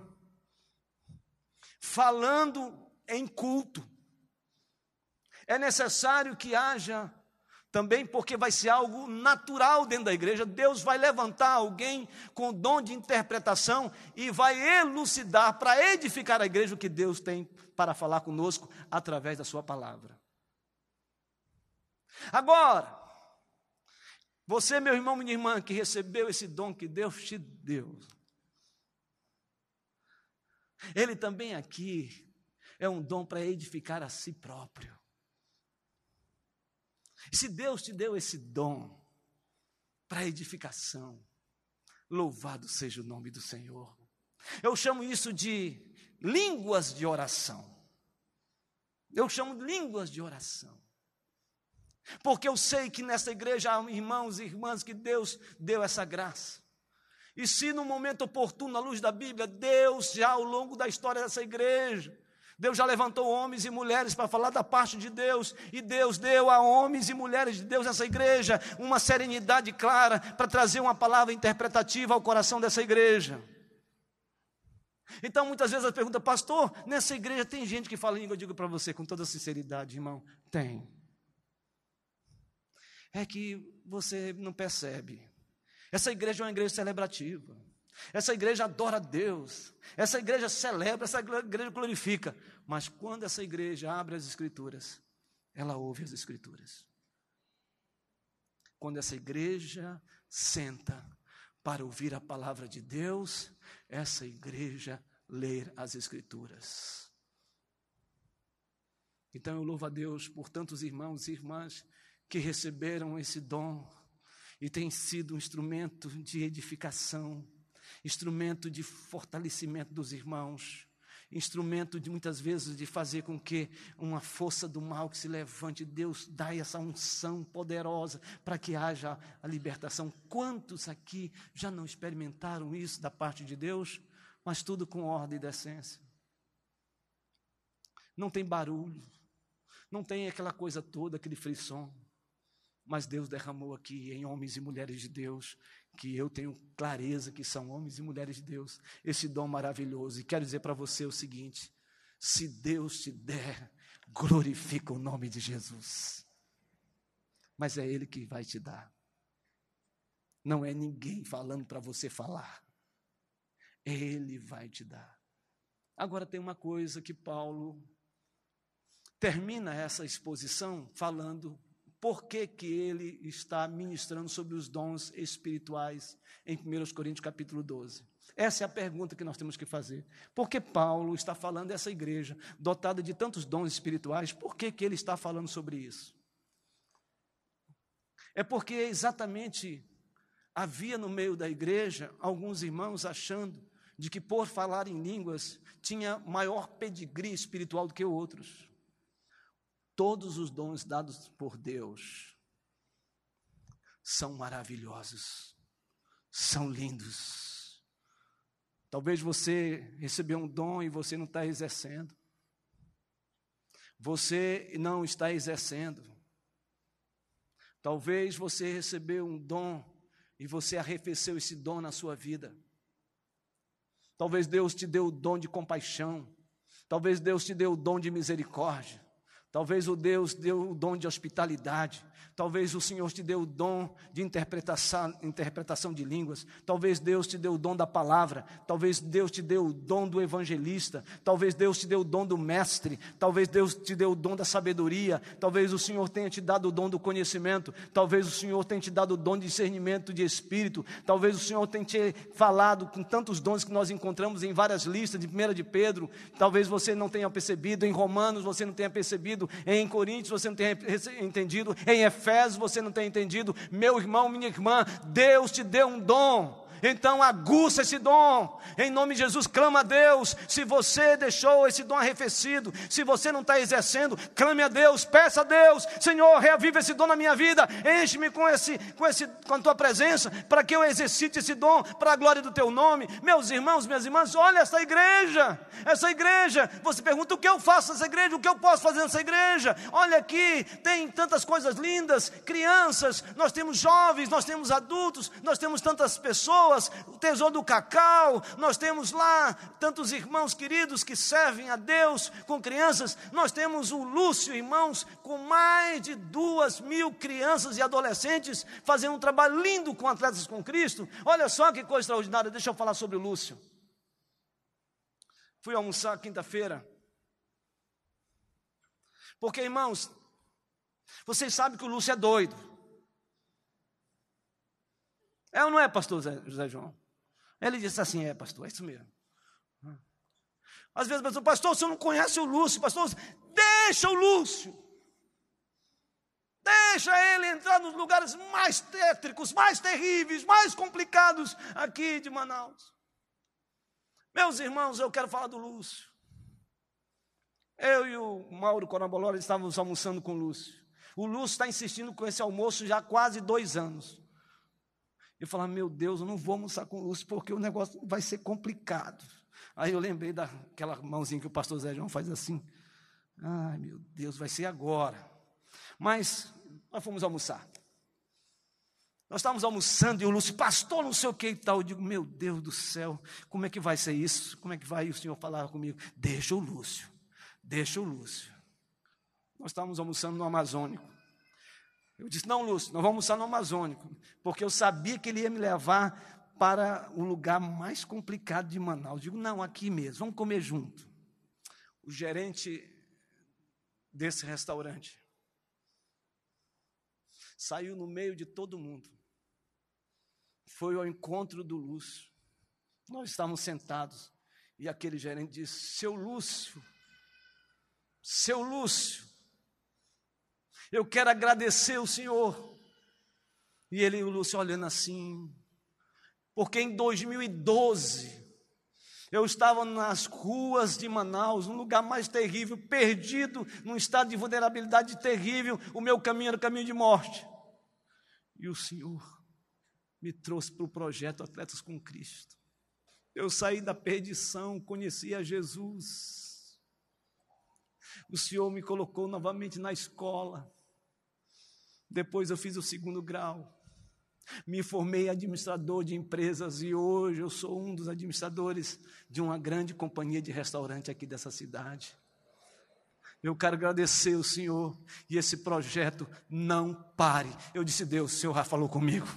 B: falando em culto, é necessário que haja Também porque vai ser algo natural dentro da igreja. Deus vai levantar alguém com dom de interpretação e vai elucidar para edificar a igreja o que Deus tem para falar conosco através da sua palavra. Agora, você, meu irmão, minha irmã, que recebeu esse dom que Deus te deu, ele também aqui é um dom para edificar a si próprio. E se Deus te deu esse dom para edificação, louvado seja o nome do Senhor. Eu chamo isso de línguas de oração. Eu chamo de línguas de oração. Porque eu sei que nessa igreja há irmãos e irmãs que Deus deu essa graça. E se no momento oportuno, à luz da Bíblia, Deus já ao longo da história dessa igreja, Deus já levantou homens e mulheres para falar da parte de Deus, e Deus deu a homens e mulheres de Deus nessa igreja uma serenidade clara para trazer uma palavra interpretativa ao coração dessa igreja. Então muitas vezes a pergunta, pastor, nessa igreja tem gente que fala em língua? Eu digo para você com toda sinceridade, irmão, tem. É que você não percebe. Essa igreja é uma igreja celebrativa. Essa igreja adora a Deus, essa igreja celebra, essa igreja glorifica, mas quando essa igreja abre as Escrituras, ela ouve as Escrituras. Quando essa igreja senta para ouvir a palavra de Deus, essa igreja lê as Escrituras. Então eu louvo a Deus por tantos irmãos e irmãs que receberam esse dom e têm sido um instrumento de edificação, instrumento de fortalecimento dos irmãos, instrumento de muitas vezes de fazer com que uma força do mal que se levante, Deus dá essa unção poderosa para que haja a libertação. Quantos aqui já não experimentaram isso da parte de Deus? Mas tudo com ordem e decência. Não tem barulho, não tem aquela coisa toda, aquele frisson. Mas Deus derramou aqui em homens e mulheres de Deus, que eu tenho clareza que são homens e mulheres de Deus, esse dom maravilhoso. E quero dizer para você o seguinte: se Deus te der, glorifica o nome de Jesus. Mas é Ele que vai te dar. Não é ninguém falando para você falar. Ele vai te dar. Agora tem uma coisa que Paulo termina essa exposição falando. Por que que ele está ministrando sobre os dons espirituais em primeira Coríntios capítulo doze? Essa é a pergunta que nós temos que fazer. Por que Paulo está falando dessa igreja dotada de tantos dons espirituais? Por que que ele está falando sobre isso? É porque exatamente havia no meio da igreja alguns irmãos achando de que por falar em línguas tinha maior pedigree espiritual do que outros. Todos os dons dados por Deus são maravilhosos, são lindos. Talvez você recebeu um dom e você não está exercendo. Você não está exercendo. Talvez você recebeu um dom e você arrefeceu esse dom na sua vida. Talvez Deus te deu o dom de compaixão. Talvez Deus te deu o dom de misericórdia. Talvez o Deus deu o dom de hospitalidade. Talvez o Senhor te deu o dom de interpretação, interpretação de línguas. Talvez Deus te deu o dom da palavra. Talvez Deus te deu o dom do evangelista. Talvez Deus te deu o dom do mestre. Talvez Deus te deu o dom da sabedoria. Talvez o Senhor tenha te dado o dom do conhecimento. Talvez o Senhor tenha te dado o dom de discernimento de espírito. Talvez o Senhor tenha te falado com tantos dons que nós encontramos em várias listas de primeira de Pedro. Talvez você não tenha percebido. Em Romanos você não tenha percebido. Em Coríntios você não tenha entendido. Em Efésios você não tenha entendido. Meu irmão, minha irmã, Deus te deu um dom. Então aguça esse dom, em nome de Jesus. Clama a Deus. Se você deixou esse dom arrefecido, se você não está exercendo, clame a Deus, peça a Deus: Senhor, reaviva esse dom na minha vida, enche-me com, esse, com, esse, com a tua presença, para que eu exercite esse dom, para a glória do teu nome. Meus irmãos, minhas irmãs, olha essa igreja, essa igreja, você pergunta: o que eu faço nessa igreja, o que eu posso fazer nessa igreja? Olha aqui, tem tantas coisas lindas, crianças, nós temos jovens, nós temos adultos, nós temos tantas pessoas, Lagoas, o Tesouro do Cacau, nós temos lá tantos irmãos queridos que servem a Deus com crianças, nós temos o Lúcio, irmãos, com mais de duas mil crianças e adolescentes, fazendo um trabalho lindo com Atletas com Cristo. Olha só que coisa extraordinária, deixa eu falar sobre o Lúcio. Fui almoçar quinta-feira, porque, irmãos, vocês sabem que o Lúcio é doido. É ou não é, pastor José João? Ele disse assim, é, pastor, é isso mesmo. Às vezes a pessoa, pastor, você não conhece o Lúcio, pastor, deixa o Lúcio. Deixa ele entrar nos lugares mais tétricos, mais terríveis, mais complicados aqui de Manaus. Meus irmãos, eu quero falar do Lúcio. Eu e o Mauro Corambolora estávamos almoçando com o Lúcio. O Lúcio está insistindo com esse almoço já há quase dois anos. Eu falava, meu Deus, eu não vou almoçar com o Lúcio porque o negócio vai ser complicado. Aí eu lembrei daquela mãozinha que o pastor Zé João faz assim. Ai, meu Deus, vai ser agora. Mas nós fomos almoçar. Nós estávamos almoçando e o Lúcio, pastor, não sei o que e tal. Eu digo, meu Deus do céu, como é que vai ser isso? Como é que vai? E o senhor falava comigo, deixa o Lúcio, deixa o Lúcio. Nós estávamos almoçando no Amazônico. Eu disse, não, Lúcio, nós vamos almoçar no Amazônico, porque eu sabia que ele ia me levar para o lugar mais complicado de Manaus. Eu digo, não, aqui mesmo, vamos comer junto. O gerente desse restaurante saiu no meio de todo mundo, foi ao encontro do Lúcio. Nós estávamos sentados e aquele gerente disse, seu Lúcio, seu Lúcio, eu quero agradecer o senhor. E ele, o Lúcio, olhando assim, porque em dois mil e doze, eu estava nas ruas de Manaus, um lugar mais terrível, perdido, num estado de vulnerabilidade terrível, o meu caminho era o caminho de morte. E o Senhor me trouxe para o projeto Atletas com Cristo. Eu saí da perdição, conheci a Jesus. O Senhor me colocou novamente na escola. Depois eu fiz o segundo grau. Me formei administrador de empresas e hoje eu sou um dos administradores de uma grande companhia de restaurante aqui dessa cidade. Eu quero agradecer o Senhor e esse projeto não pare. Eu disse, Deus, o Senhor já falou comigo.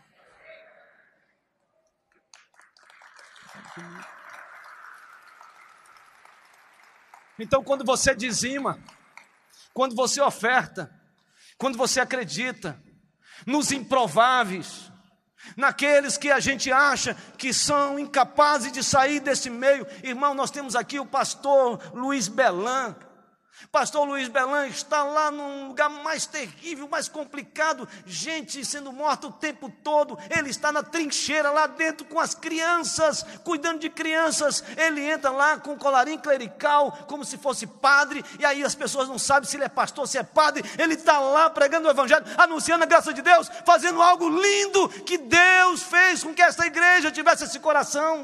B: Então, quando você dizima, quando você oferta, quando você acredita nos improváveis, naqueles que a gente acha que são incapazes de sair desse meio. Irmão, nós temos aqui o pastor Luiz Belan. Pastor Luiz Belan está lá num lugar mais terrível, mais complicado, gente sendo morta o tempo todo. Ele está na trincheira lá dentro com as crianças, cuidando de crianças. Ele entra lá com um colarinho clerical, como se fosse padre, e aí as pessoas não sabem se ele é pastor, se é padre. Ele está lá pregando o evangelho, anunciando a graça de Deus, fazendo algo lindo que Deus fez com que esta igreja tivesse esse coração.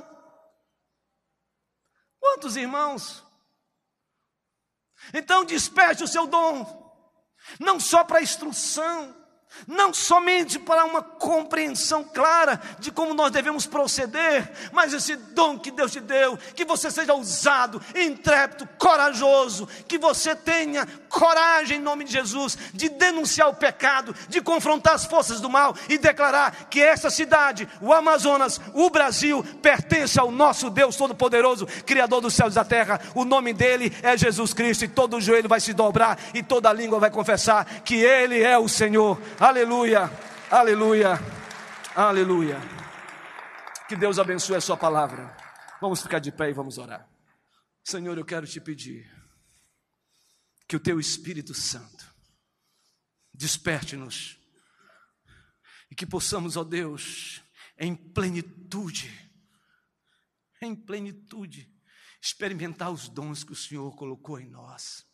B: Quantos irmãos? Então desperte o seu dom, não só para instrução, não somente para uma compreensão clara de como nós devemos proceder, mas esse dom que Deus te deu, que você seja ousado, intrépido, corajoso, que você tenha coragem em nome de Jesus, de denunciar o pecado, de confrontar as forças do mal e declarar que essa cidade, o Amazonas, o Brasil, pertence ao nosso Deus Todo-Poderoso, Criador dos céus e da terra. O nome dele é Jesus Cristo, e todo o joelho vai se dobrar e toda a língua vai confessar que ele é o Senhor. Aleluia, aleluia, aleluia. Que Deus abençoe a sua palavra. Vamos ficar de pé e vamos orar. Senhor, eu quero te pedir que o teu Espírito Santo desperte-nos e que possamos, ó Deus, em plenitude, em plenitude, experimentar os dons que o Senhor colocou em nós.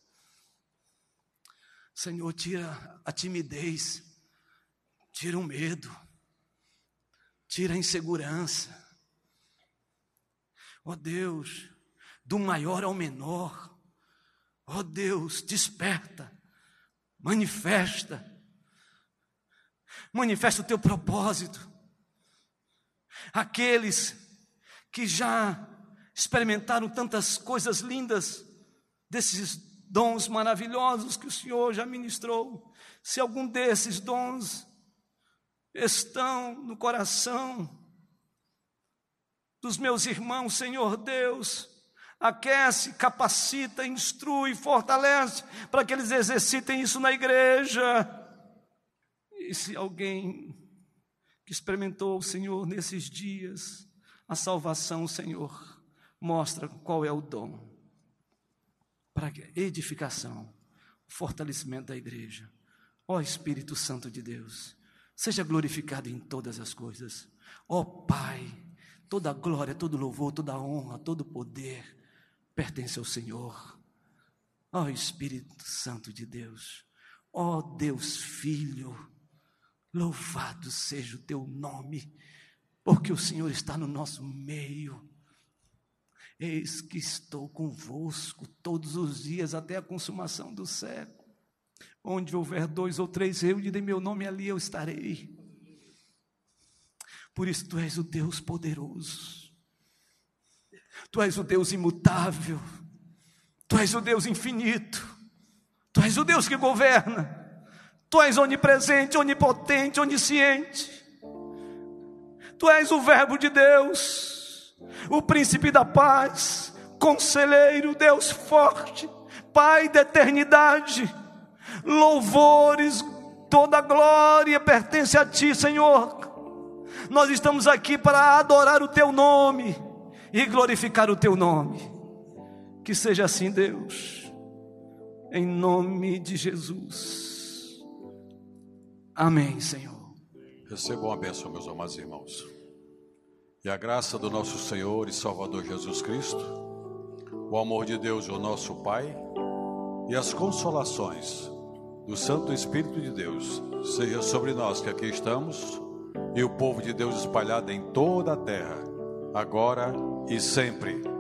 B: Senhor, tira a timidez, tira o medo, tira a insegurança. Ó Deus, do maior ao menor, ó Deus, desperta, manifesta, manifesta o teu propósito, Aqueles que já experimentaram tantas coisas lindas, desses dons maravilhosos que o Senhor já ministrou, se algum desses dons estão no coração dos meus irmãos, Senhor Deus, aquece, capacita, instrui, fortalece, para que eles exercitem isso na igreja. E se alguém que experimentou o Senhor nesses dias, a salvação, Senhor, mostra qual é o dom para a edificação, fortalecimento da igreja. Ó Espírito Santo de Deus, seja glorificado em todas as coisas. Ó Pai, toda a glória, todo louvor, toda a honra, todo o poder pertence ao Senhor. Ó Espírito Santo de Deus, ó Deus Filho, louvado seja o teu nome, porque o Senhor está no nosso meio. Eis que estou convosco todos os dias até a consumação do século. Onde houver dois ou três reunidos em meu nome, ali eu estarei. Por isso tu és o Deus poderoso, tu és o Deus imutável, tu és o Deus infinito, tu és o Deus que governa, tu és onipresente, onipotente, onisciente, tu és o Verbo de Deus, o príncipe da paz, conselheiro, Deus forte, Pai da eternidade. Louvores, toda a glória pertence a ti, Senhor. Nós estamos aqui para adorar o teu nome e glorificar o teu nome. Que seja assim, Deus, em nome de Jesus. Amém, Senhor.
C: Recebam a bênção, meus amados irmãos. E a graça do nosso Senhor e Salvador Jesus Cristo, o amor de Deus, o nosso Pai, e as consolações do Santo Espírito de Deus seja sobre nós que aqui estamos e o povo de Deus espalhado em toda a terra, agora e sempre.